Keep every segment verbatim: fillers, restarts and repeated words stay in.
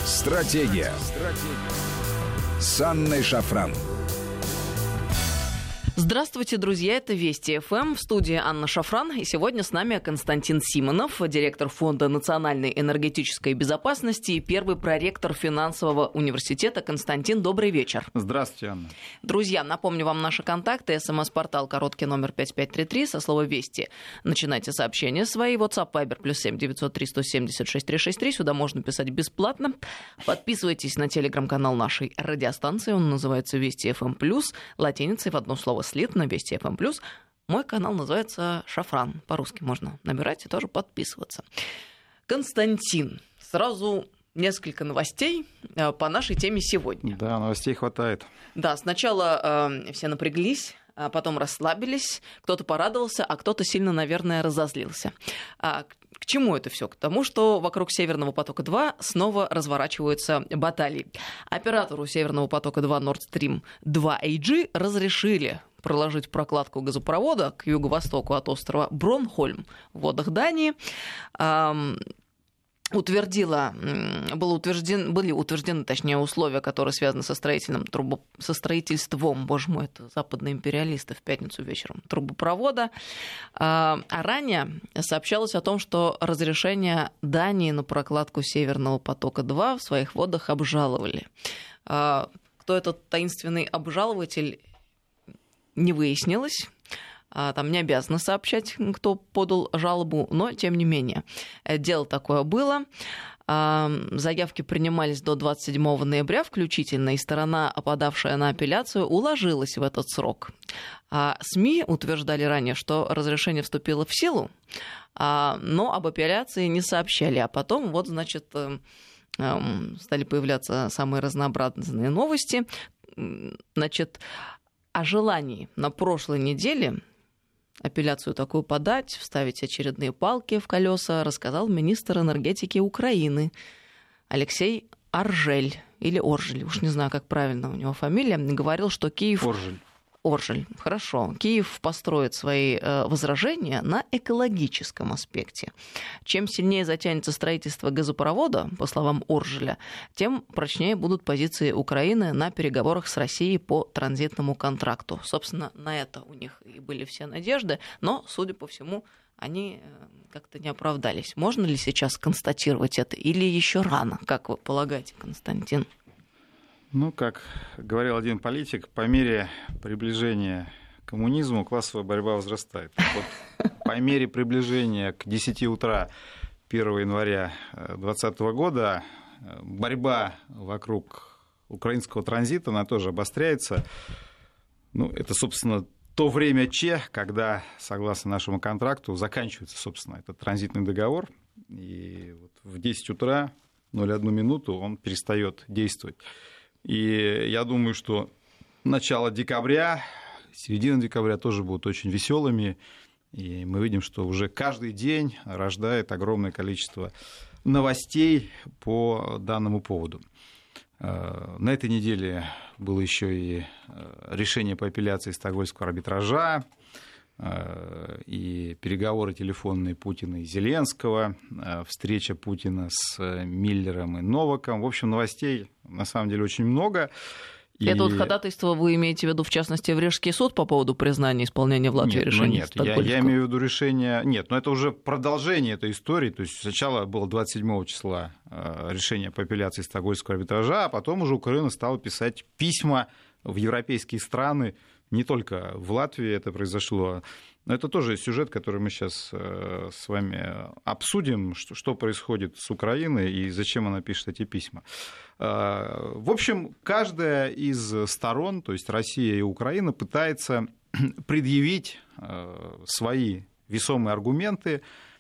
Стратегия. Стратегия. С Анной Шафран. Здравствуйте, друзья, это Вести ФМ, в студии Анна Шафран, и сегодня с нами Константин Симонов, директор Фонда национальной энергетической безопасности и первый проректор финансового университета. Константин, добрый вечер. Здравствуйте, Анна. Друзья, напомню вам наши контакты. СМС-портал короткий номер пять пять три три, со слова «Вести». Начинайте сообщения свои. WhatsApp, Viber, плюс семь девятьсот три сто семьдесят шесть триста шестьдесят три. Сюда можно писать бесплатно. Подписывайтесь на телеграм-канал нашей радиостанции. Он называется Вести ФМ плюс, латиницей в одно слово след на Вести ФМ плюс. Мой канал называется Шафран. По-русски можно набирать и тоже подписываться. Константин, сразу несколько новостей по нашей теме сегодня. Да, новостей хватает. Да, сначала э, все напряглись, а потом расслабились, кто-то порадовался, а кто-то сильно, наверное, разозлился. А к чему это все? К тому, что вокруг Северного потока-два снова разворачиваются баталии. Оператору Северного потока-два Nord Stream два эй джи разрешили проложить прокладку газопровода к юго-востоку от острова Бронхольм в водах Дании. Утвердила, было утвержден, были утверждены, точнее, условия, которые связаны со, строительным трубо, со строительством, боже мой, это западные империалисты в пятницу вечером, трубопровода. А ранее сообщалось о том, что разрешение Дании на прокладку Северного потока-два в своих водах обжаловали. Кто этот таинственный обжалователь, не выяснилось. Там не обязаны сообщать, кто подал жалобу, но тем не менее. Дело такое было. Заявки принимались до двадцать седьмого ноября включительно, и сторона, подавшая на апелляцию, уложилась в этот срок. А СМИ утверждали ранее, что разрешение вступило в силу, но об апелляции не сообщали. А потом, вот, значит, стали появляться самые разнообразные новости. Значит, о желании на прошлой неделе апелляцию такую подать, вставить очередные палки в колеса, рассказал министр энергетики Украины Алексей Оржель, или Оржель, уж не знаю, как правильно у него фамилия, говорил, что Киев... Оржель. Оржель, хорошо. Киев построит свои возражения на экологическом аспекте. Чем сильнее затянется строительство газопровода, по словам Оржеля, тем прочнее будут позиции Украины на переговорах с Россией по транзитному контракту. Собственно, на это у них и были все надежды, но, судя по всему, они как-то не оправдались. Можно ли сейчас констатировать это или еще рано, как вы полагаете, Константин? Ну, как говорил один политик, по мере приближения к коммунизму классовая борьба возрастает. Вот по мере приближения к десяти утра первого января две тысячи двадцатого года борьба вокруг украинского транзита, она тоже обостряется. Ну, это, собственно, то время Че, когда, согласно нашему контракту, заканчивается, собственно, этот транзитный договор. И вот в десять утра, ноль одну минуту, он перестает действовать. И я думаю, что начало декабря, середина декабря тоже будут очень веселыми. И мы видим, что уже каждый день рождает огромное количество новостей по данному поводу. На этой неделе было еще и решение по апелляции Стокгольмского арбитража, и переговоры телефонные Путина и Зеленского, встреча Путина с Миллером и Новаком. В общем, новостей на самом деле очень много. И... Это вот ходатайство вы имеете в виду, в частности, в Рижский суд по поводу признания исполнения в Латвии нет, решения? Ну нет, я, я имею в виду решение... Нет, но это уже продолжение этой истории. То есть сначала было двадцать седьмого числа решение по апелляции Стокгольмского арбитража, а потом уже Украина стала писать письма в европейские страны. Не только в Латвии это произошло. Но это тоже сюжет, который мы сейчас с вами обсудим, что, что происходит с Украиной и зачем она пишет эти письма. В общем, каждая из сторон, то есть Россия и Украина, пытается предъявить свои весомые аргументы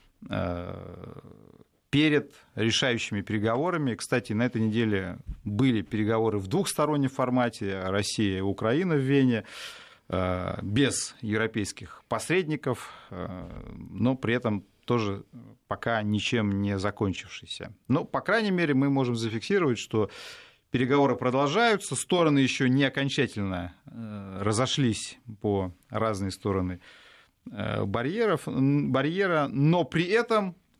перед решающими переговорами. Кстати, на этой неделе были переговоры в двухстороннем формате, Россия и Украина в Вене, без европейских посредников, но при этом тоже пока ничем не закончившийся. Но, по крайней мере, мы можем зафиксировать, что переговоры продолжаются, стороны еще не окончательно разошлись по разные стороны барьеров, барьера, но при этом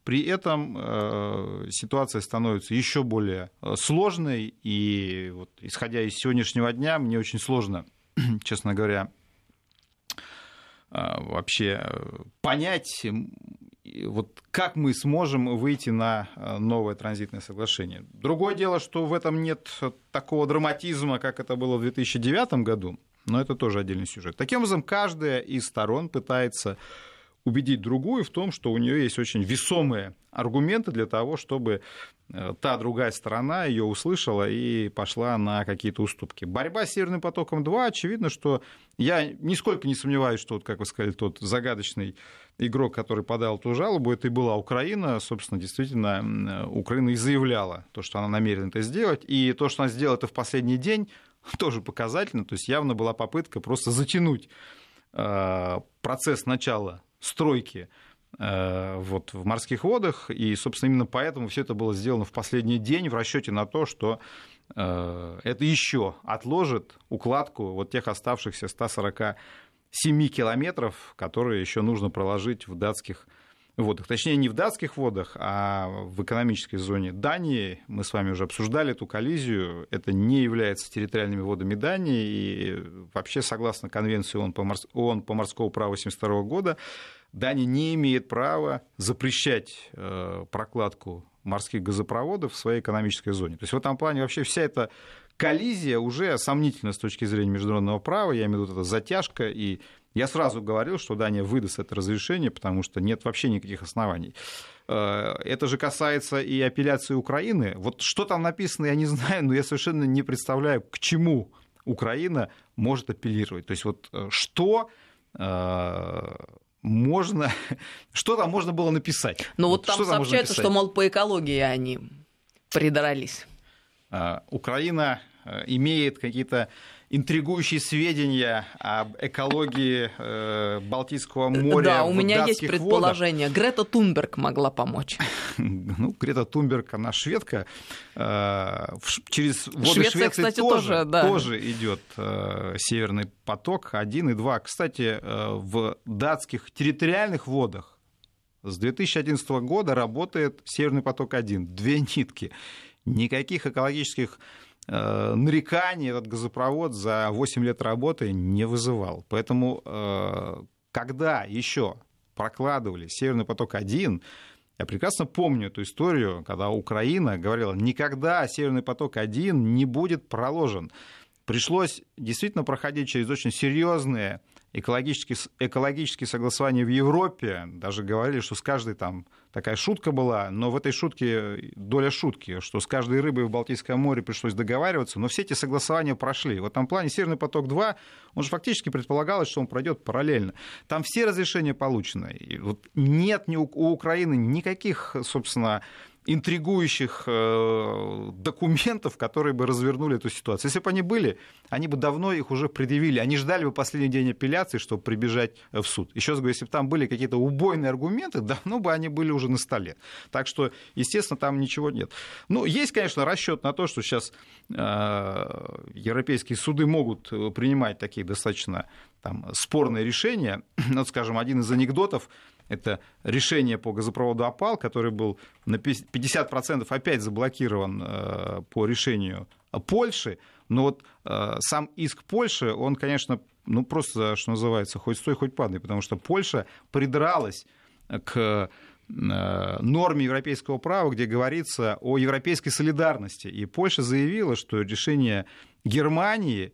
При этом э, ситуация становится еще более сложной, и вот, исходя из сегодняшнего дня, мне очень сложно, честно говоря, э, вообще понять, вот, как мы сможем выйти на новое транзитное соглашение. Другое дело, что в этом нет такого драматизма, как это было в две тысячи девятом году, но это тоже отдельный сюжет. Таким образом, каждая из сторон пытается убедить другую в том, что у нее есть очень весомые аргументы для того, чтобы та другая сторона ее услышала и пошла на какие-то уступки. Борьба с Северным потоком-два, очевидно, что я нисколько не сомневаюсь, что, вот, как вы сказали, тот загадочный игрок, который подал эту жалобу, это и была Украина. Собственно, действительно, Украина и заявляла то, что она намерена это сделать. И то, что она сделала это в последний день, тоже показательно. То есть явно была попытка просто затянуть процесс начала стройки вот, в морских водах, и, собственно, именно поэтому все это было сделано в последний день в расчете на то, что это еще отложит укладку вот тех оставшихся ста сорока семи километров, которые еще нужно проложить в датских водах. Точнее, не в датских водах, а в экономической зоне Дании. Мы с вами уже обсуждали эту коллизию. Это не является территориальными водами Дании. И вообще, согласно Конвенции ООН по, морс... ООН по морскому праву тысяча девятьсот семьдесят второго года, Дания не имеет права запрещать э, прокладку морских газопроводов в своей экономической зоне. То есть в этом плане вообще вся эта коллизия уже сомнительна с точки зрения международного права. Я имею в виду, это затяжка. И я сразу говорил, что Дания выдаст это разрешение, потому что нет вообще никаких оснований. Это же касается и апелляции Украины. Вот что там написано, я не знаю, но я совершенно не представляю, к чему Украина может апеллировать. То есть вот что можно, что там можно было написать? Ну вот, вот там сообщается, что, мол, по экологии они придрались. Украина имеет какие-то интригующие сведения об экологии э, Балтийского моря. Да, у меня есть предположение. Водах. Грета Тунберг могла помочь. Ну, Грета Тунберг, она шведка. Э, через воды Швеция, Швеции кстати, тоже, тоже, да. тоже идет э, Северный поток один и два. Кстати, э, в датских территориальных водах с две тысячи одиннадцатого года работает Северный поток один. Две нитки. Никаких экологических нареканий этот газопровод за восемь лет работы не вызывал. Поэтому, когда еще прокладывали Северный поток один, я прекрасно помню эту историю, когда Украина говорила, никогда Северный поток один не будет проложен. Пришлось действительно проходить через очень серьезные экологические, экологические согласования в Европе. Даже говорили, что с каждой там такая шутка была, но в этой шутке доля шутки, что с каждой рыбой в Балтийском море пришлось договариваться, но все эти согласования прошли. В этом плане Северный поток-два, он же фактически предполагалось, что он пройдет параллельно. Там все разрешения получены. И вот нет ни у, у Украины никаких, собственно, интригующих э, документов, которые бы развернули эту ситуацию. Если бы они были, они бы давно их уже предъявили. Они ждали бы последний день апелляции, чтобы прибежать в суд. Еще раз говорю, если бы там были какие-то убойные аргументы, давно бы они были уже на столе. Так что, естественно, там ничего нет. Ну, есть, конечно, расчет на то, что сейчас э, европейские суды могут принимать такие достаточно там, спорные решения. Вот, скажем, один из анекдотов — это решение по газопроводу «Опал», который был на пятьдесят процентов опять заблокирован по решению Польши. Но вот сам иск Польши, он, конечно, ну просто, что называется, хоть стой, хоть падай, потому что Польша придралась к норме европейского права, где говорится о европейской солидарности. И Польша заявила, что решение Германии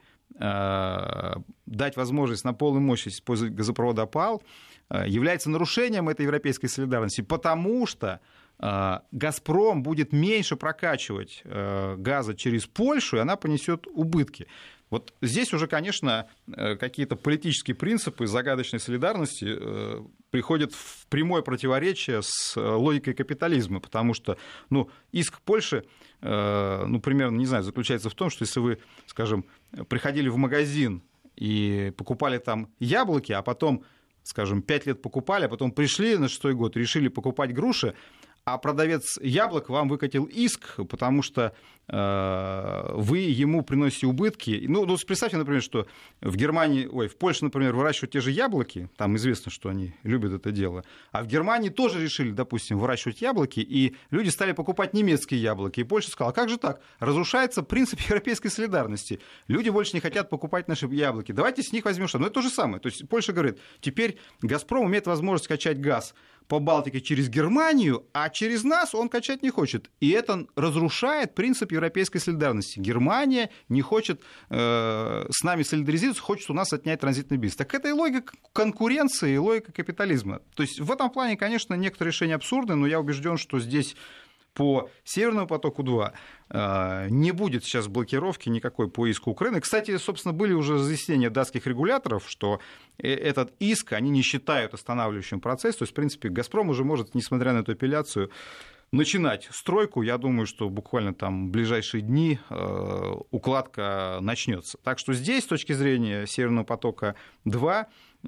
дать возможность на полную мощность использовать газопровод «Опал» является нарушением этой европейской солидарности, потому что «Газпром» будет меньше прокачивать газа через Польшу, и она понесет убытки. Вот здесь уже, конечно, какие-то политические принципы загадочной солидарности приходят в прямое противоречие с логикой капитализма, потому что ну, иск Польши, ну, примерно, не знаю, заключается в том, что если вы, скажем, приходили в магазин и покупали там яблоки, а потом, скажем, пять лет покупали, а потом пришли на шестой год и решили покупать груши, а продавец яблок вам выкатил иск, потому что э, вы ему приносите убытки. Ну, ну, представьте, например, что в Германии, ой, в Польше, например, выращивают те же яблоки, там известно, что они любят это дело, а в Германии тоже решили, допустим, выращивать яблоки, и люди стали покупать немецкие яблоки. И Польша сказала, а как же так? Разрушается принцип европейской солидарности. Люди больше не хотят покупать наши яблоки. Давайте с них возьмем что-то. Но это то же самое. То есть Польша говорит, теперь «Газпром» имеет возможность качать газ по Балтике через Германию, а через нас он качать не хочет. И это разрушает принцип европейской солидарности. Германия не хочет э, с нами солидаризироваться, хочет у нас отнять транзитный бизнес. Так это и логика конкуренции, и логика капитализма. То есть в этом плане, конечно, некоторые решения абсурдны, но я убежден, что здесь по Северному потоку-два не будет сейчас блокировки никакой по иску Украины. Кстати, собственно, были уже разъяснения датских регуляторов, что этот иск они не считают останавливающим процесс. То есть, в принципе, «Газпром» уже может, несмотря на эту апелляцию, начинать стройку. Я думаю, что буквально там в ближайшие дни укладка начнется. Так что здесь, с точки зрения Северного потока-два,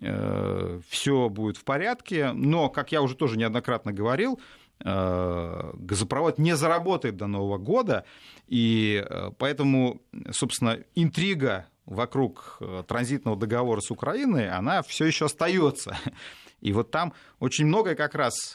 все будет в порядке. Но, как я уже тоже неоднократно говорил, газопровод не заработает до Нового года, и поэтому, собственно, интрига вокруг транзитного договора с Украиной, она все еще остается. И вот там очень многое как раз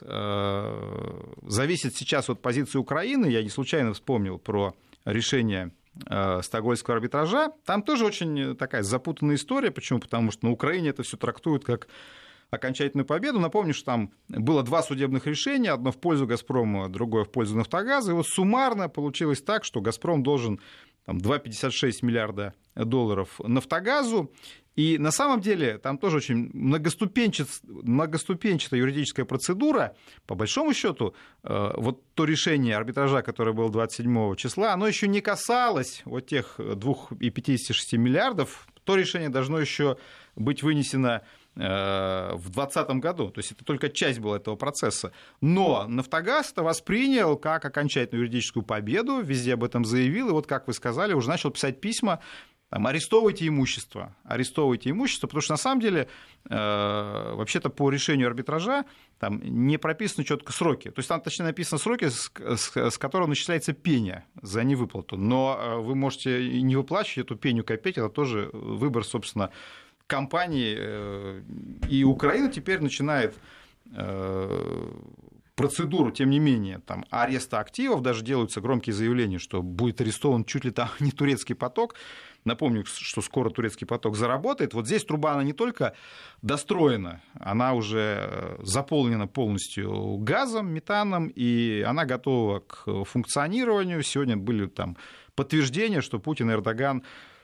зависит сейчас от позиции Украины. Я не случайно вспомнил про решение Стокгольмского арбитража. Там тоже очень такая запутанная история. Почему? Потому что на Украине это все трактуют как окончательную победу. Напомню, что там было два судебных решения, одно в пользу «Газпрома», другое в пользу «Нафтогаза». И вот суммарно получилось так, что «Газпром» должен там, два целых пятьдесят шесть сотых миллиарда долларов «Нафтогазу». И на самом деле там тоже очень многоступенчат, многоступенчатая юридическая процедура. По большому счету, вот то решение арбитража, которое было двадцать седьмого числа, оно еще не касалось вот тех двух целых пятидесяти шести миллиардов. То решение должно еще быть вынесено в двадцатом году. То есть это только часть была этого процесса. Но «Нафтогаз» это воспринял как окончательную юридическую победу, везде об этом заявил. И вот, как вы сказали, уже начал писать письма, там, арестовывайте имущество, арестовывайте имущество, потому что на самом деле э, вообще-то по решению арбитража там не прописаны четко сроки. То есть там, точнее, написаны сроки, с, с, с которого начисляется пеня за невыплату. Но вы можете не выплачивать эту пеню копить, это тоже выбор, собственно, компании. И Украина теперь начинает э, процедуру, тем не менее, там, ареста активов, даже делаются громкие заявления, что будет арестован чуть ли там не турецкий поток. Напомню, что скоро турецкий поток заработает. Вот здесь труба, она не только достроена, она уже заполнена полностью газом, метаном, и она готова к функционированию. Сегодня были там подтверждения, что Путин и Эрдоган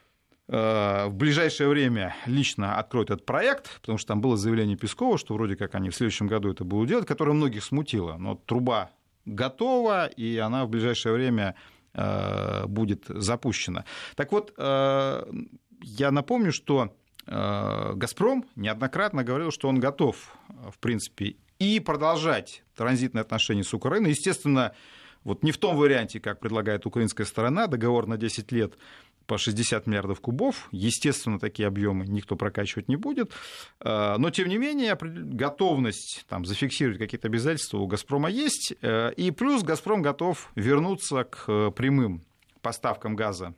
в ближайшее время лично откроют этот проект, потому что там было заявление Пескова, что вроде как они в следующем году это будут делать, которое многих смутило. Но труба готова, и она в ближайшее время будет запущена. Так вот, я напомню, что «Газпром» неоднократно говорил, что он готов, в принципе, и продолжать транзитные отношения с Украиной. Естественно, вот не в том варианте, как предлагает украинская сторона, договор на десять лет по шестьдесят миллиардов кубов. Естественно, такие объемы никто прокачивать не будет. Но, тем не менее, готовность там, зафиксировать какие-то обязательства у «Газпрома» есть. И плюс «Газпром» готов вернуться к прямым поставкам газа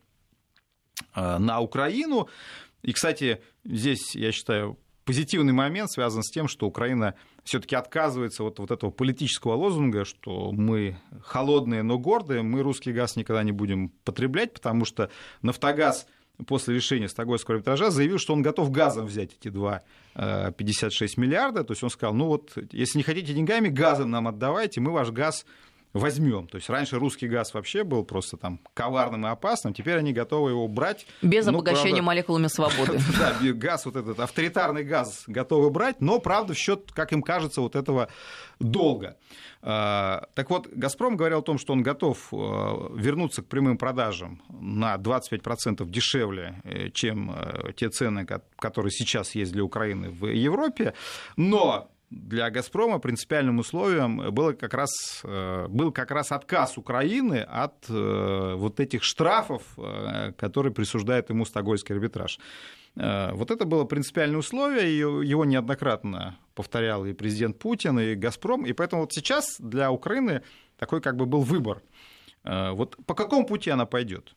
на Украину. И, кстати, здесь, я считаю, позитивный момент связан с тем, что Украина все-таки отказывается от вот этого политического лозунга, что мы холодные, но гордые, мы русский газ никогда не будем потреблять, потому что «Нафтогаз» после решения Стокгольмского арбитража заявил, что он готов газом взять эти два целых пятьдесят шесть сотых. То есть он сказал, ну вот, если не хотите деньгами, газом нам отдавайте, мы ваш газ возьмем. То есть раньше русский газ вообще был просто там коварным и опасным, теперь они готовы его брать. Без ну, обогащения правда, молекулами свободы. Да, газ, вот этот авторитарный газ готовы брать, но, правда, в счет, как им кажется, вот этого долга. Так вот, «Газпром» говорил о том, что он готов вернуться к прямым продажам на двадцать пять процентов дешевле, чем те цены, которые сейчас есть для Украины в Европе, но для «Газпрома» принципиальным условием было как раз, был как раз отказ Украины от вот этих штрафов, которые присуждает ему Стокгольмский арбитраж. Вот это было принципиальное условие, его неоднократно повторял и президент Путин, и «Газпром», и поэтому вот сейчас для Украины такой как бы был выбор. Вот по какому пути она пойдет?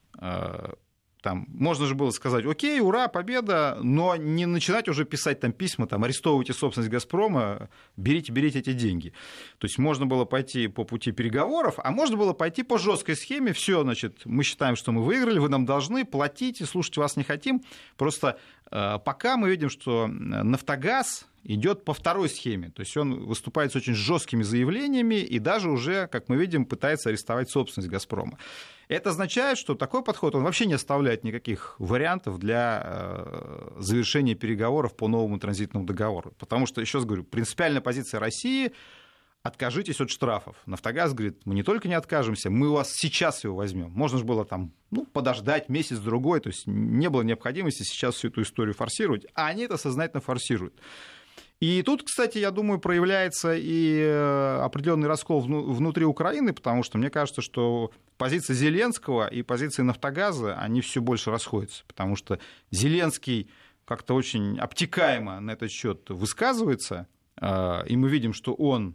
Там, можно же было сказать, окей, ура, победа, но не начинать уже писать там письма, там, арестовывайте собственность «Газпрома», берите, берите эти деньги. То есть можно было пойти по пути переговоров, а можно было пойти по жесткой схеме. Все, значит, мы считаем, что мы выиграли, вы нам должны, платите, слушать вас не хотим. Просто э, пока мы видим, что «Нафтогаз» идет по второй схеме. То есть он выступает с очень жесткими заявлениями и даже уже, как мы видим, пытается арестовать собственность «Газпрома». Это означает, что такой подход, он вообще не оставляет никаких вариантов для завершения переговоров по новому транзитному договору. Потому что, еще раз говорю, принципиальная позиция России – откажитесь от штрафов. «Нафтогаз» говорит, мы не только не откажемся, мы у вас сейчас его возьмем. Можно же было там, ну, подождать месяц-другой, то есть не было необходимости сейчас всю эту историю форсировать, а они это сознательно форсируют. И тут, кстати, я думаю, проявляется и определенный раскол внутри Украины, потому что мне кажется, что позиция Зеленского и позиция «Нафтогаза», они все больше расходятся, потому что Зеленский как-то очень обтекаемо на этот счет высказывается, и мы видим, что он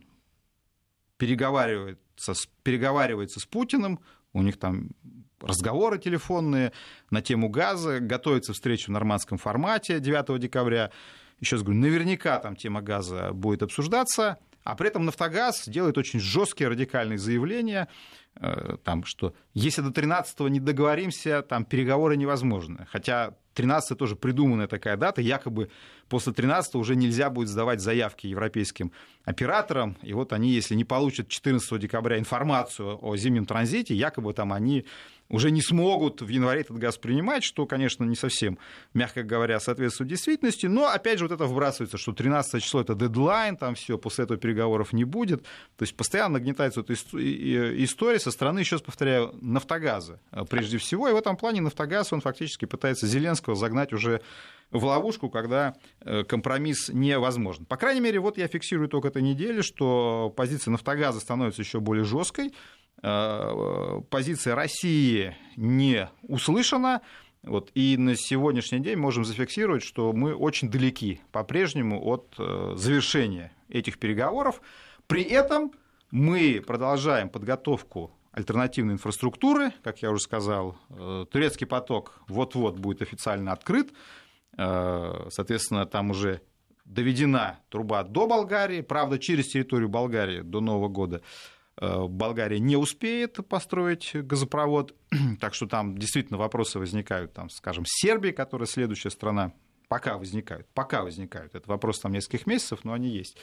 переговаривается, переговаривается с Путиным, у них там разговоры телефонные на тему газа, готовится встреча в нормандском формате девятого декабря. Еще раз говорю, наверняка там тема газа будет обсуждаться, а при этом «Нафтогаз» делает очень жесткие радикальные заявления, там, что если до тринадцатого не договоримся, там переговоры невозможны. Хотя тринадцатое тоже придуманная такая дата, якобы после тринадцатого уже нельзя будет сдавать заявки европейским операторам, и вот они, если не получат четырнадцатого декабря информацию о зимнем транзите, якобы там они уже не смогут в январе этот газ принимать, что, конечно, не совсем, мягко говоря, соответствует действительности, но, опять же, вот это вбрасывается, что тринадцатое число — это дедлайн, там все, после этого переговоров не будет, то есть постоянно нагнетается эта история со стороны, еще раз повторяю, «Нафтогаза» прежде всего, и в этом плане «Нафтогаз», он фактически пытается Зеленского загнать уже в ловушку, когда компромисс невозможен. По крайней мере, вот я фиксирую только этой неделе, что позиция «Нафтогаза» становится еще более жесткой, позиция России не услышана, вот, и на сегодняшний день можем зафиксировать, что мы очень далеки по-прежнему от завершения этих переговоров. При этом мы продолжаем подготовку альтернативной инфраструктуры, как я уже сказал, турецкий поток вот-вот будет официально открыт, соответственно, там уже доведена труба до Болгарии, правда, через территорию Болгарии до Нового года Болгария не успеет построить газопровод, так что там действительно вопросы возникают, там, скажем, с Сербией, которая следующая страна, пока возникают, пока возникают, это вопрос там нескольких месяцев, но они есть.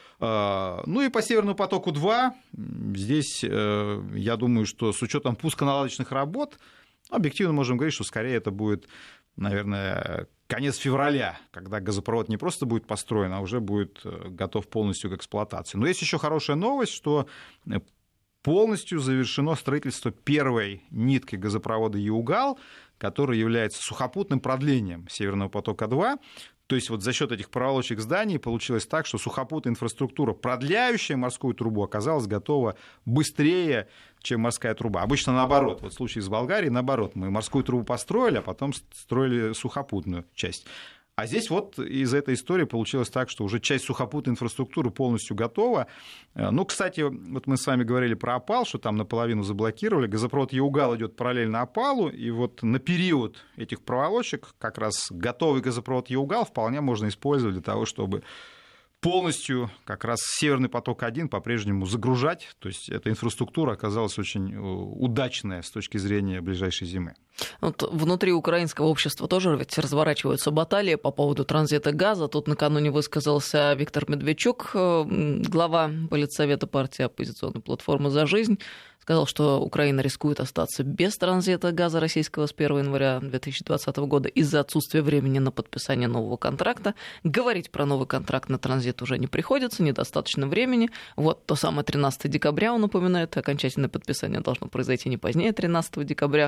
Ну и по Северному потоку-два, здесь я думаю, что с учетом пусконаладочных работ, объективно можем говорить, что скорее это будет, наверное, конец февраля, когда газопровод не просто будет построен, а уже будет готов полностью к эксплуатации. Но есть еще хорошая новость, что полностью завершено строительство первой нитки газопровода «Яугал», который является сухопутным продлением Северного потока-два. То есть вот за счет этих проволочек зданий получилось так, что сухопутная инфраструктура, продляющая морскую трубу, оказалась готова быстрее, чем морская труба. Обычно наоборот. Вот в случае с Болгарией наоборот. Мы морскую трубу построили, а потом строили сухопутную часть. А здесь вот из этой истории получилось так, что уже часть сухопутной инфраструктуры полностью готова. Ну, кстати, вот мы с вами говорили про опал, что там наполовину заблокировали. Газопровод «Яугал» идет параллельно опалу, и вот на период этих проволочек как раз готовый газопровод «Яугал» вполне можно использовать для того, чтобы полностью как раз «Северный поток-один» по-прежнему загружать. То есть эта инфраструктура оказалась очень удачная с точки зрения ближайшей зимы. Вот внутри украинского общества тоже ведь разворачиваются баталии по поводу транзита газа. Тут накануне высказался Виктор Медведчук, глава политсовета партии оппозиционной платформы «За жизнь». сказал, что Украина рискует остаться без транзита газа российского с первого января две тысячи двадцатого года из-за отсутствия времени на подписание нового контракта. Говорить про новый контракт на транзит уже не приходится, недостаточно времени. Вот то самое тринадцатого декабря, он напоминает, окончательное подписание должно произойти не позднее тринадцатого декабря.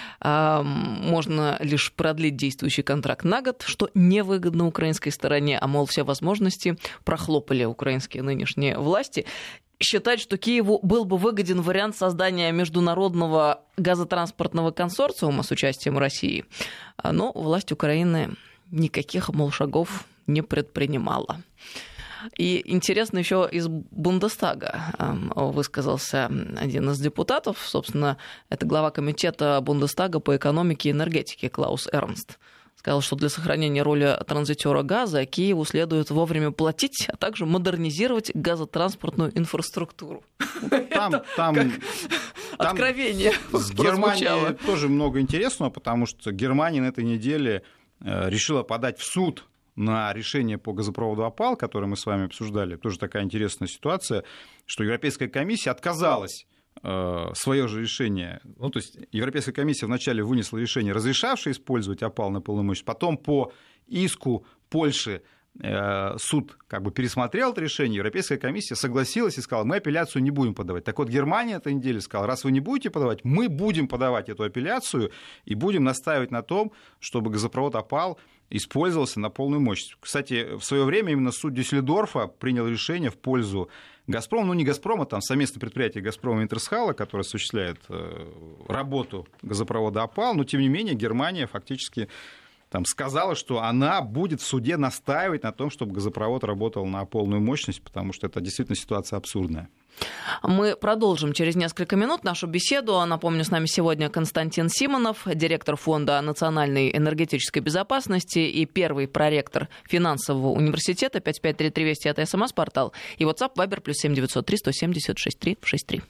Можно лишь продлить действующий контракт на год, что невыгодно украинской стороне, а, мол, все возможности прохлопали украинские нынешние власти. Считать, что Киеву был бы выгоден вариант создания международного газотранспортного консорциума с участием России, но власть Украины никаких, мол, шагов не предпринимала. И интересно, еще из Бундестага высказался один из депутатов, собственно, это глава комитета Бундестага по экономике и энергетике Клаус Эрнст. Сказал, что для сохранения роли транзитера газа Киеву следует вовремя платить, а также модернизировать газотранспортную инфраструктуру. Там, там, откровение там с Германией тоже много интересного, потому что Германия на этой неделе решила подать в суд на решение по газопроводу «Опал», которое мы с вами обсуждали. Тоже такая интересная ситуация, что Европейская комиссия отказалась свое же решение. Ну, то есть Европейская комиссия вначале вынесла решение, разрешавшее использовать «Опал» на полную мощность, потом по иску Польши суд как бы пересмотрел это решение, Европейская комиссия согласилась и сказала, мы апелляцию не будем подавать. Так вот, Германия на этой неделе сказала, раз вы не будете подавать, мы будем подавать эту апелляцию и будем настаивать на том, чтобы газопровод «Опал» использовался на полную мощность. Кстати, в свое время именно суд Дюссельдорфа принял решение в пользу «Газпрома», ну не «Газпрома», там совместное предприятие «Газпрома» и «Интерсхала», которое осуществляет работу газопровода «Опал», но тем не менее Германия фактически там сказала, что она будет в суде настаивать на том, чтобы газопровод работал на полную мощность, потому что это действительно ситуация абсурдная. Мы продолжим через несколько минут нашу беседу. Напомню, с нами сегодня Константин Симонов, директор Фонда национальной энергетической безопасности и первый проректор финансового университета. пять пять три три Вести — это СМС-портал. И WhatsApp, Viber, плюс семь девятьсот три сто семьдесят шестьдесят три шестьдесят три.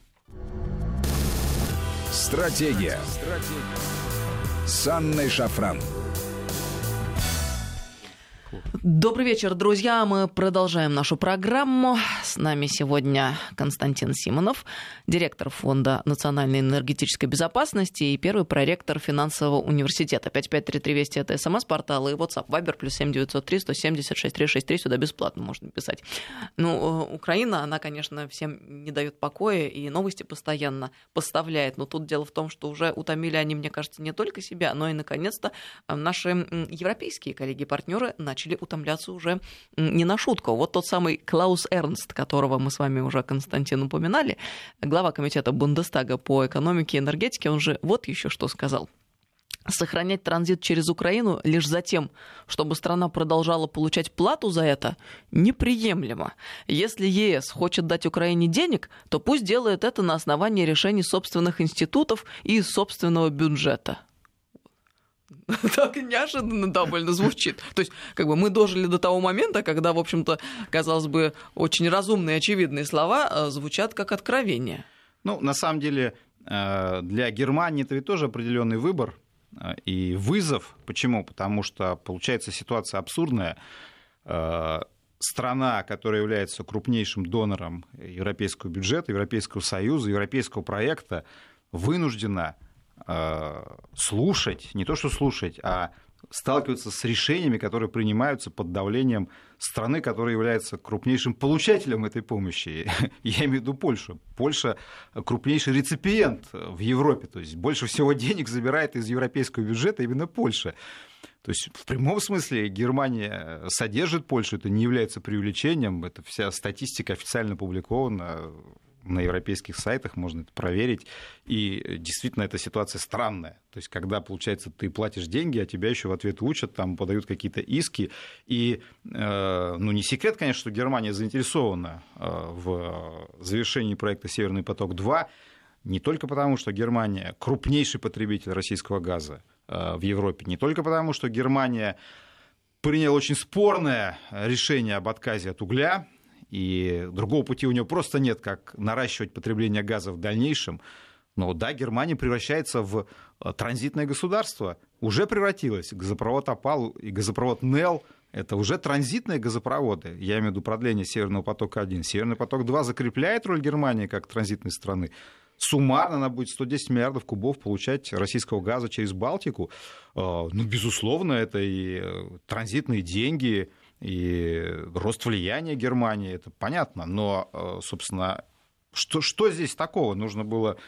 Стратегия. Стратегия. С Анной Шафран. Добрый вечер, друзья. Мы продолжаем нашу программу. С нами сегодня Константин Симонов, директор Фонда национальной энергетической безопасности и первый проректор финансового университета. пять пять три три Вести — это СМС-портал и WhatsApp, Viber, плюс семь девятьсот три сто семьдесят шестьдесят три шестьдесят три. Сюда бесплатно можно писать. Ну, Украина, она, конечно, всем не дает покоя и новости постоянно поставляет. Но тут дело в том, что уже утомили они, мне кажется, не только себя, но и, наконец-то, наши европейские коллеги-партнеры начали утомляться уже не на шутку. Вот тот самый Клаус Эрнст, которого мы с вами уже, Константин, упоминали, глава комитета Бундестага по экономике и энергетике, он же вот еще что сказал. Сохранять транзит через Украину лишь за тем, чтобы страна продолжала получать плату за это, неприемлемо. Если ЕС хочет дать Украине денег, то пусть делает это на основании решений собственных институтов и собственного бюджета. Так неожиданно довольно звучит. То есть, как бы мы дожили до того момента, когда, в общем-то, казалось бы, очень разумные, очевидные слова звучат как откровение. Ну, на самом деле, для Германии это ведь тоже определенный выбор и вызов. Почему? Потому что, получается, ситуация абсурдная. Страна, которая является крупнейшим донором европейского бюджета, Европейского Союза, европейского проекта, вынуждена слушать, не то что слушать, а сталкиваться с решениями, которые принимаются под давлением страны, которая является крупнейшим получателем этой помощи. Я имею в виду Польшу. Польша крупнейший реципиент в Европе, то есть больше всего денег забирает из европейского бюджета именно Польша. То есть в прямом смысле Германия содержит Польшу, это не является преувеличением, это вся статистика официально опубликована на европейских сайтах, можно это проверить. И действительно, эта ситуация странная. То есть, когда, получается, ты платишь деньги, а тебя еще в ответ учат, там подают какие-то иски. И, э, ну, не секрет, конечно, что Германия заинтересована э, в завершении проекта «Северный поток-два», не только потому, что Германия крупнейший потребитель российского газа э, в Европе, не только потому, что Германия приняла очень спорное решение об отказе от угля, и другого пути у нее просто нет, как наращивать потребление газа в дальнейшем. Но да, Германия превращается в транзитное государство. Уже превратилась. Газопровод «Опал» и газопровод «Нел» — это уже транзитные газопроводы. Я имею в виду продление «Северного потока-один». «Северный поток-два» закрепляет роль Германии как транзитной страны. суммарно она будет сто десять миллиардов кубов получать российского газа через Балтику. Ну, безусловно, это и транзитные деньги, и рост влияния Германии, это понятно. Но, собственно, что, что здесь такого? Нужно было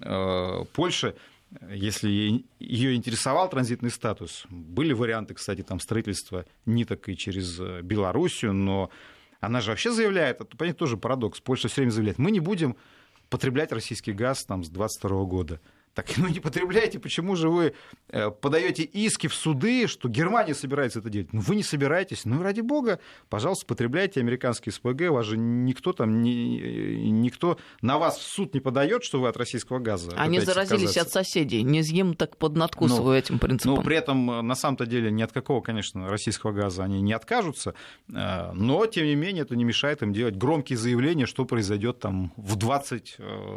Польше, если ее интересовал транзитный статус, были варианты, кстати, там строительства ниток и через Белоруссию, но она же вообще заявляет, это, понятно, тоже парадокс, Польша все время заявляет, мы не будем потреблять российский газ там, с двадцать второго года. Так, ну не потребляйте, почему же вы подаете иски в суды, что Германия собирается это делать? Ну вы не собираетесь, ну ради бога, пожалуйста, потребляйте американские СПГ, вас же никто там, ни, никто на вас в суд не подает, что вы от российского газа. Они заразились отказаться. От соседей, не съем, так поднадкусываю ну, этим принципом. Ну при этом, на самом-то деле, ни от какого, конечно, российского газа они не откажутся, но, тем не менее, это не мешает им делать громкие заявления, что произойдет там в двадцать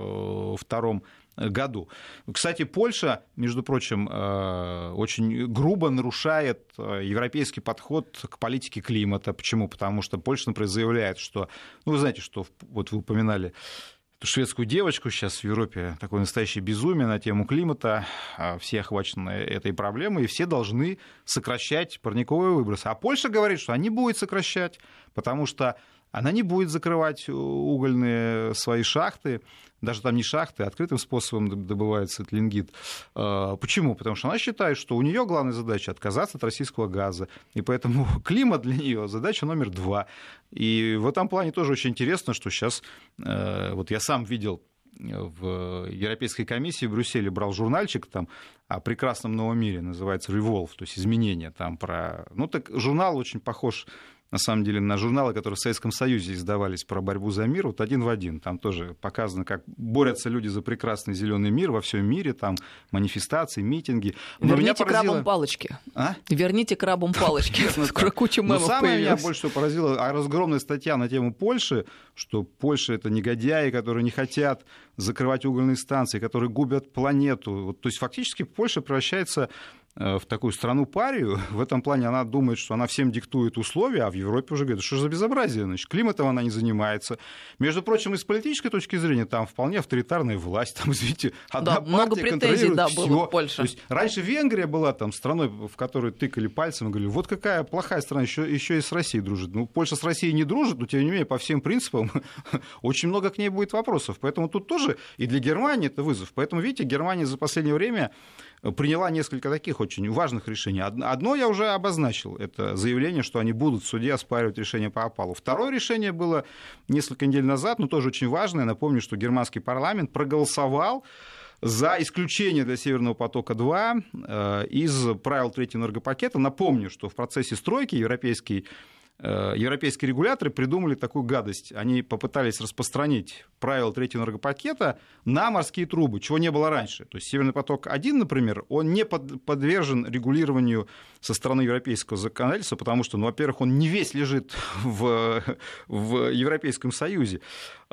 втором году. Кстати, Польша, между прочим, очень грубо нарушает европейский подход к политике климата. Почему? Потому что Польша, например, заявляет, что... Ну, вы знаете, что вот вы упоминали эту шведскую девочку, сейчас в Европе такое настоящее безумие на тему климата, все охвачены этой проблемой, и все должны сокращать парниковые выбросы. А Польша говорит, что она не будет сокращать, потому что она не будет закрывать угольные свои шахты, даже там не шахты, а открытым способом добывается этот лингит. Почему? Потому что она считает, что у нее главная задача отказаться от российского газа, и поэтому климат для нее задача номер два. И в этом плане тоже очень интересно, что сейчас, вот я сам видел в Европейской комиссии в Брюсселе, брал журнальчик там о прекрасном новом мире, называется «Revolve», то есть изменения там про... Ну так журнал очень похож на самом деле, на журналы, которые в Советском Союзе издавались про борьбу за мир, вот один в один. Там тоже показано, как борются люди за прекрасный зеленый мир во всем мире, там манифестации, митинги. Но Верните поразило... крабам палочки. А? Верните крабам палочки. Куча мемов появилась. Но самое меня больше всего поразило, а разгромная статья на тему Польши, что Польша — это негодяи, которые не хотят закрывать угольные станции, которые губят планету. То есть фактически Польша превращается в такую страну-парию. В этом плане она думает, что она всем диктует условия, а в Европе уже говорят, что же за безобразие, значит, климатом она не занимается. Между прочим, и с политической точки зрения там вполне авторитарная власть, там, извините, одна да, партия контролирует да, все. То есть раньше Венгрия была там страной, в которой тыкали пальцем и говорили, вот какая плохая страна, еще, еще и с Россией дружит. Ну, Польша с Россией не дружит, но, тем не менее, по всем принципам очень много к ней будет вопросов. Поэтому тут тоже и для Германии это вызов. Поэтому, видите, Германия за последнее время приняла несколько таких очень важных решений. Одно я уже обозначил, это заявление, что они будут в суде оспаривать решение по опалу. Второе решение было несколько недель назад, но тоже очень важное. Напомню, что германский парламент проголосовал за исключение для Северного потока-два из правил третьего энергопакета. Напомню, что в процессе стройки европейский Европейские регуляторы придумали такую гадость. Они попытались распространить правила третьего энергопакета на морские трубы, чего не было раньше. То есть Северный поток-один, например, он не подвержен регулированию со стороны европейского законодательства, потому что, ну, во-первых, он не весь лежит в, в Европейском Союзе.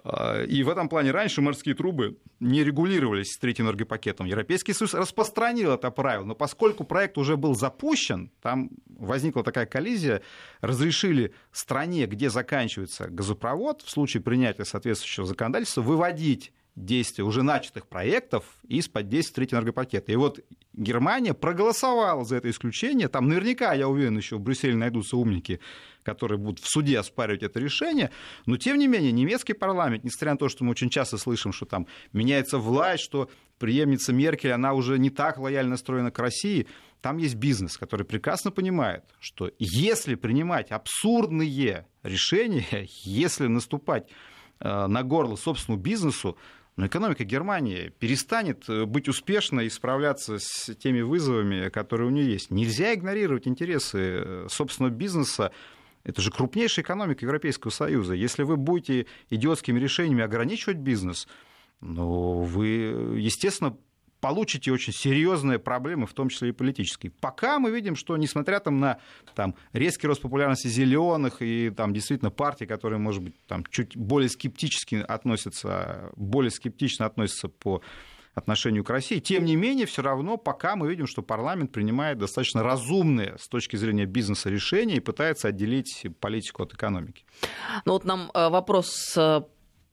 И в этом плане раньше морские трубы не регулировались с третьим энергопакетом. Европейский Союз распространил это правило, но поскольку проект уже был запущен, там возникла такая коллизия, разрешили стране, где заканчивается газопровод, в случае принятия соответствующего законодательства, выводить действия уже начатых проектов из-под действия третьего энергопакета. И вот Германия проголосовала за это исключение. Там наверняка, я уверен, еще в Брюсселе найдутся умники, которые будут в суде оспаривать это решение. Но, тем не менее, немецкий парламент, несмотря на то, что мы очень часто слышим, что там меняется власть, что преемница Меркель, она уже не так лояльно настроена к России, там есть бизнес, который прекрасно понимает, что если принимать абсурдные решения, если наступать на горло собственному бизнесу, но экономика Германии перестанет быть успешной и справляться с теми вызовами, которые у нее есть. Нельзя игнорировать интересы собственного бизнеса. Это же крупнейшая экономика Европейского Союза. Если вы будете идиотскими решениями ограничивать бизнес, ну, вы, естественно, получите очень серьезные проблемы, в том числе и политические. Пока мы видим, что несмотря там, на там, резкий рост популярности зеленых и там, действительно партии, которые, может быть, там, чуть более скептически относятся, более скептично относятся по отношению к России, тем не менее, все равно пока мы видим, что парламент принимает достаточно разумные с точки зрения бизнеса решения и пытается отделить политику от экономики. Ну вот нам вопрос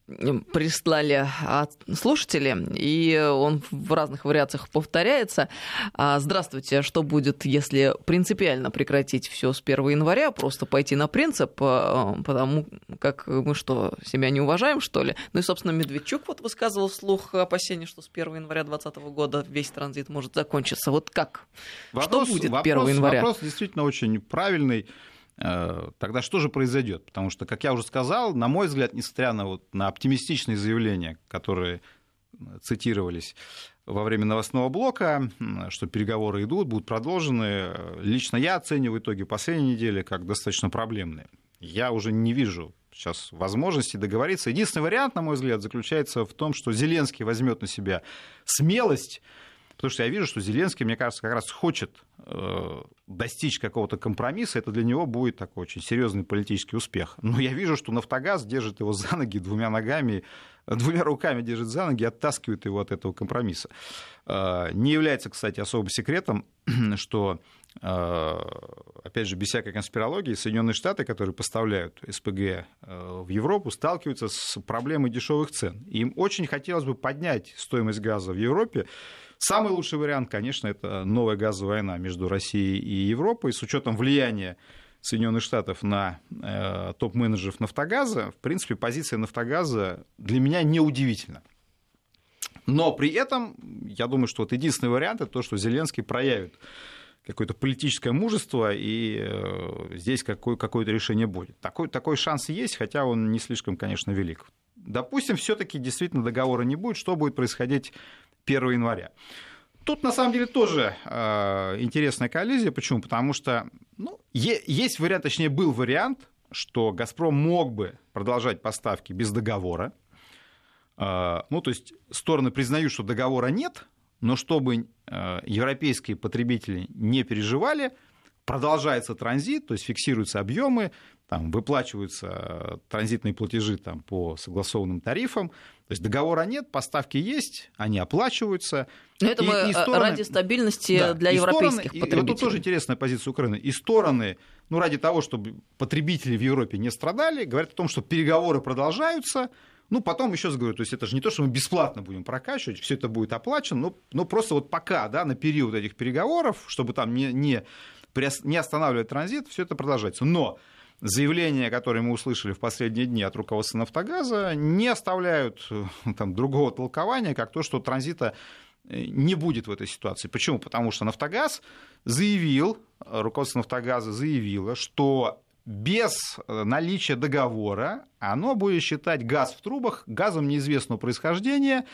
прислали слушатели, и он в разных вариациях повторяется. Здравствуйте, что будет, если принципиально прекратить все с первого января, просто пойти на принцип, потому как мы что, себя не уважаем, что ли? Ну и, собственно, Медведчук вот высказывал вслух опасения, что с первого января двадцатого года весь транзит может закончиться. Вот как? Вопрос, что будет вопрос, первого января? Вопрос действительно очень правильный. Тогда что же произойдет? Потому что, как я уже сказал, на мой взгляд, несмотря на, вот, на оптимистичные заявления, которые цитировались во время новостного блока, что переговоры идут, будут продолжены, лично я оцениваю итоги последней недели как достаточно проблемные. Я уже не вижу сейчас возможности договориться. Единственный вариант, на мой взгляд, заключается в том, что Зеленский возьмет на себя смелость. Потому что я вижу, что Зеленский, мне кажется, как раз хочет э, достичь какого-то компромисса. Это для него будет такой очень серьезный политический успех. Но я вижу, что «Нафтогаз» держит его за ноги двумя ногами, двумя руками держит за ноги, оттаскивает его от этого компромисса. Э, не является, кстати, особым секретом, что, э, опять же, без всякой конспирологии, Соединенные Штаты, которые поставляют СПГ э, в Европу, сталкиваются с проблемой дешевых цен. Им очень хотелось бы поднять стоимость газа в Европе. Самый лучший вариант, конечно, это новая газовая война между Россией и Европой. С учетом влияния Соединенных Штатов на э, топ-менеджеров «Нафтогаза», в принципе, позиция «Нафтогаза» для меня неудивительна. Но при этом, я думаю, что вот единственный вариант – это то, что Зеленский проявит какое-то политическое мужество, и э, здесь какое- какое-то решение будет. Такой, такой шанс есть, хотя он не слишком, конечно, велик. Допустим, все-таки действительно договора не будет, что будет происходить первого января. Тут, на самом деле, тоже э, интересная коллизия. Почему? Потому что ну, е- есть вариант, точнее, был вариант, что «Газпром» мог бы продолжать поставки без договора. Э, ну, то есть стороны признают, что договора нет, но чтобы э, европейские потребители не переживали, продолжается транзит, то есть фиксируются объемы, там, выплачиваются транзитные платежи там, по согласованным тарифам. То есть договора нет, поставки есть, они оплачиваются. Но это и, мы и стороны, ради стабильности да, для европейских стороны, потребителей. И, и вот тут тоже интересная позиция Украины. И стороны, ну, ради того, чтобы потребители в Европе не страдали, говорят о том, что переговоры продолжаются. Ну, потом еще раз говорю, то есть это же не то, что мы бесплатно будем прокачивать, все это будет оплачено, но, но просто вот пока, да, на период этих переговоров, чтобы там не, не, не останавливать транзит, все это продолжается. Но заявления, которые мы услышали в последние дни от руководства «Нафтогаза», не оставляют там, другого толкования, как то, что транзита не будет в этой ситуации. Почему? Потому что «Нафтогаз» заявил, руководство «Нафтогаза» заявило, что без наличия договора оно будет считать газ в трубах газом неизвестного происхождения.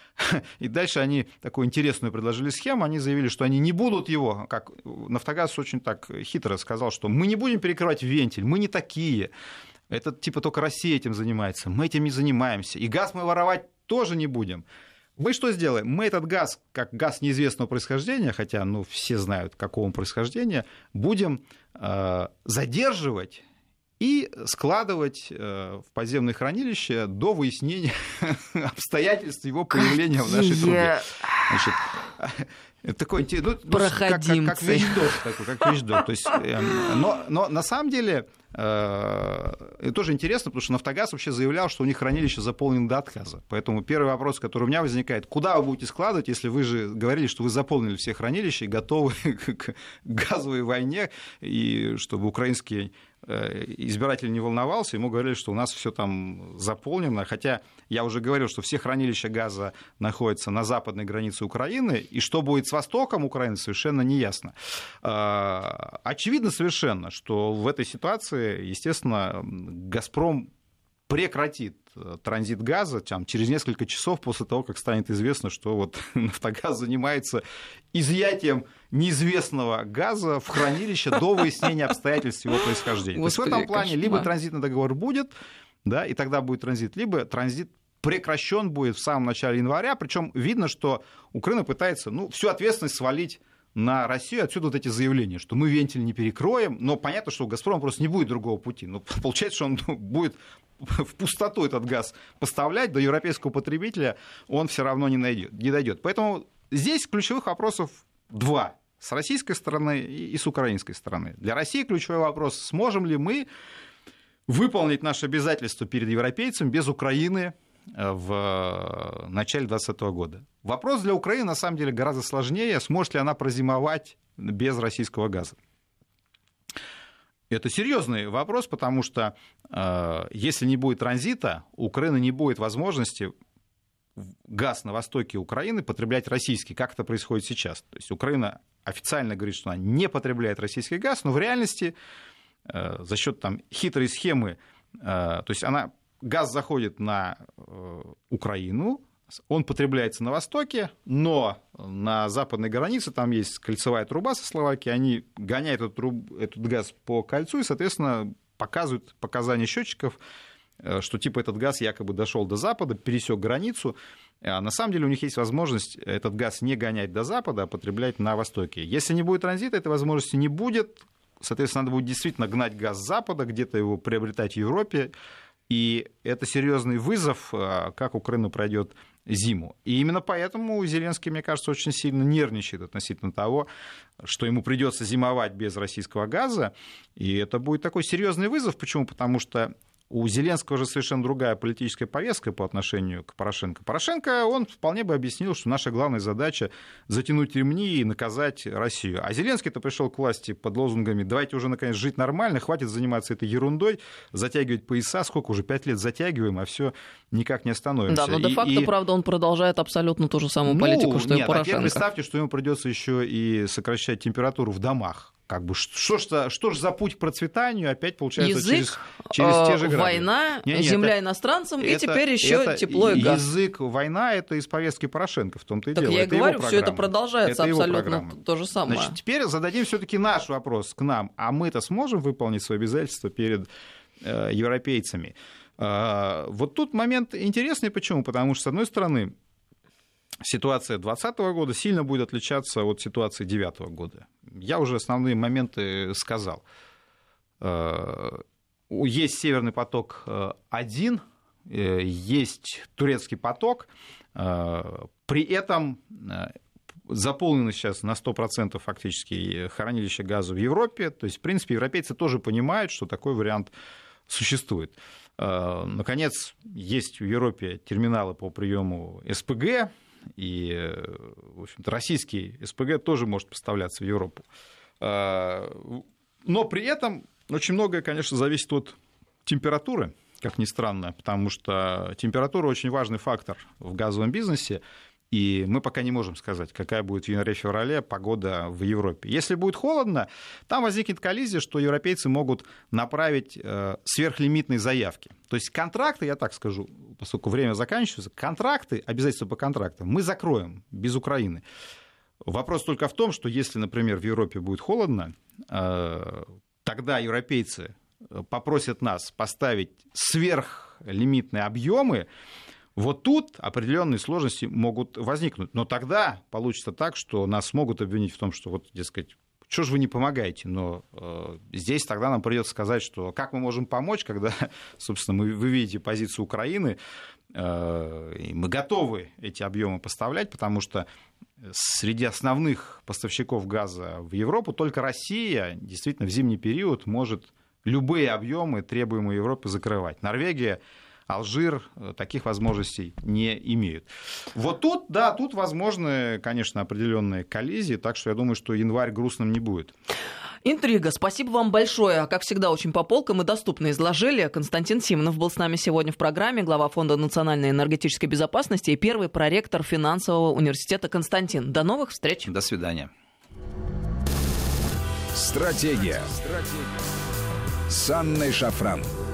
И дальше они такую интересную предложили схему, они заявили, что они не будут его, как «Нафтогаз» очень так хитро сказал, что мы не будем перекрывать вентиль, мы не такие, это типа только Россия этим занимается, мы этим не занимаемся, и газ мы воровать тоже не будем. Мы что сделаем? Мы этот газ, как газ неизвестного происхождения, хотя ну, все знают, какого он происхождения, будем э, задерживать и складывать в подземные хранилища до выяснения обстоятельств его появления в нашей трубе. Значит, такой, ну, проходимцы. Как, как, как вещдок, такой, как вещдок. То есть, но, но на самом деле это тоже интересно, потому что «Нафтогаз» вообще заявлял, что у них хранилище заполнено до отказа. Поэтому первый вопрос, который у меня возникает, куда вы будете складывать, если вы же говорили, что вы заполнили все хранилища и готовы к газовой войне, и чтобы украинские избиратель не волновался, ему говорили, что у нас все там заполнено, хотя я уже говорил, что все хранилища газа находятся на западной границе Украины, и что будет с востоком Украины, совершенно неясно. Очевидно совершенно, что в этой ситуации, естественно, «Газпром» прекратит транзит газа там, через несколько часов после того, как станет известно, что вот «Нафтогаз» занимается изъятием неизвестного газа в хранилище до выяснения обстоятельств его происхождения. Господи, то есть в этом плане кошмар. Либо транзитный договор будет, да, и тогда будет транзит, либо транзит прекращен будет в самом начале января, причем видно, что Украина пытается ну, всю ответственность свалить на Россию, отсюда вот эти заявления, что мы вентиль не перекроем, но понятно, что у «Газпрома» просто не будет другого пути. Но получается, что он будет в пустоту этот газ поставлять, до европейского потребителя он все равно не, найдет, не дойдет. Поэтому здесь ключевых вопросов два. С российской стороны и с украинской стороны. Для России ключевой вопрос, сможем ли мы выполнить наши обязательства перед европейцами без Украины в начале двадцатого года. Вопрос для Украины, на самом деле, гораздо сложнее. Сможет ли она прозимовать без российского газа? Это серьезный вопрос, потому что э, если не будет транзита, у Украины не будет возможности газ на востоке Украины потреблять российский, как это происходит сейчас. То есть Украина официально говорит, что она не потребляет российский газ, но в реальности э, за счет там, хитрой схемы, э, то есть она, газ заходит на э, Украину, он потребляется на востоке, но на западной границе там есть кольцевая труба со Словакией, они гоняют этот, труб, этот газ по кольцу и, соответственно, показывают показания счетчиков, что типа этот газ якобы дошел до Запада, пересек границу, а на самом деле у них есть возможность этот газ не гонять до Запада, а потреблять на востоке. Если не будет транзита, этой возможности не будет, соответственно, надо будет действительно гнать газ с Запада, где-то его приобретать в Европе, и это серьезный вызов, как Украина пройдет зиму. И именно поэтому Зеленский, мне кажется, очень сильно нервничает относительно того, что ему придется зимовать без российского газа. И это будет такой серьезный вызов. Почему? Потому что у Зеленского же совершенно другая политическая повестка по отношению к Порошенко. Порошенко, он вполне бы объяснил, что наша главная задача затянуть ремни и наказать Россию. А Зеленский-то пришел к власти под лозунгами «давайте уже, наконец, жить нормально, хватит заниматься этой ерундой, затягивать пояса, сколько уже, пять лет затягиваем, а все никак не остановимся». Да, но де-факто, и, и... правда, он продолжает абсолютно ту же самую политику, ну, что нет, и Порошенко. А представьте, что ему придется еще и сокращать температуру в домах. Как бы, что ж, что ж за путь к процветанию опять получается язык, через, через те же грани. Война, не, не, земля это, иностранцам, это, и теперь еще это тепло и газ. Язык, война — это из повестки Порошенко, в том-то и так дело. Я это и говорю, его все это продолжается это абсолютно то же самое. Значит, теперь зададим все-таки наш вопрос к нам. А мы-то сможем выполнить свои обязательства перед э, европейцами? Э, вот тут момент интересный. Почему? Потому что, с одной стороны, ситуация двадцатого года сильно будет отличаться от ситуации девятого года. Я уже основные моменты сказал. Есть Северный поток-один, есть Турецкий поток. При этом заполнено сейчас на сто процентов фактически хранилище газа в Европе. То есть, в принципе, европейцы тоже понимают, что такой вариант существует. Наконец, есть в Европе терминалы по приему СПГ. И, в общем-то, российский СПГ тоже может поставляться в Европу. Но при этом очень многое, конечно, зависит от температуры, как ни странно, потому что температура очень важный фактор в газовом бизнесе, и мы пока не можем сказать, какая будет в январе-феврале погода в Европе. Если будет холодно, там возникнет коллизия, что европейцы могут направить сверхлимитные заявки. То есть контракты, я так скажу, поскольку время заканчивается, контракты, обязательства по контрактам мы закроем без Украины. Вопрос только в том, что если, например, в Европе будет холодно, тогда европейцы попросят нас поставить сверхлимитные объемы. Вот тут определенные сложности могут возникнуть. Но тогда получится так, что нас могут обвинить в том, что, вот, дескать, что же вы не помогаете? Но э, здесь тогда нам придется сказать, что как мы можем помочь, когда, собственно, мы, вы видите позицию Украины, э, и мы готовы эти объемы поставлять, потому что среди основных поставщиков газа в Европу только Россия действительно в зимний период может любые объемы, требуемые Европы, закрывать. Норвегия, Алжир таких возможностей не имеют. Вот тут, да, тут возможны, конечно, определенные коллизии, так что я думаю, что январь грустным не будет. Интрига. Спасибо вам большое. Как всегда, очень по полкам и доступно изложили. Константин Симонов был с нами сегодня в программе, глава Фонда национальной энергетической безопасности и первый проректор финансового университета. Константин, до новых встреч. До свидания. Стратегия. Стратегия. С Анной Шафран.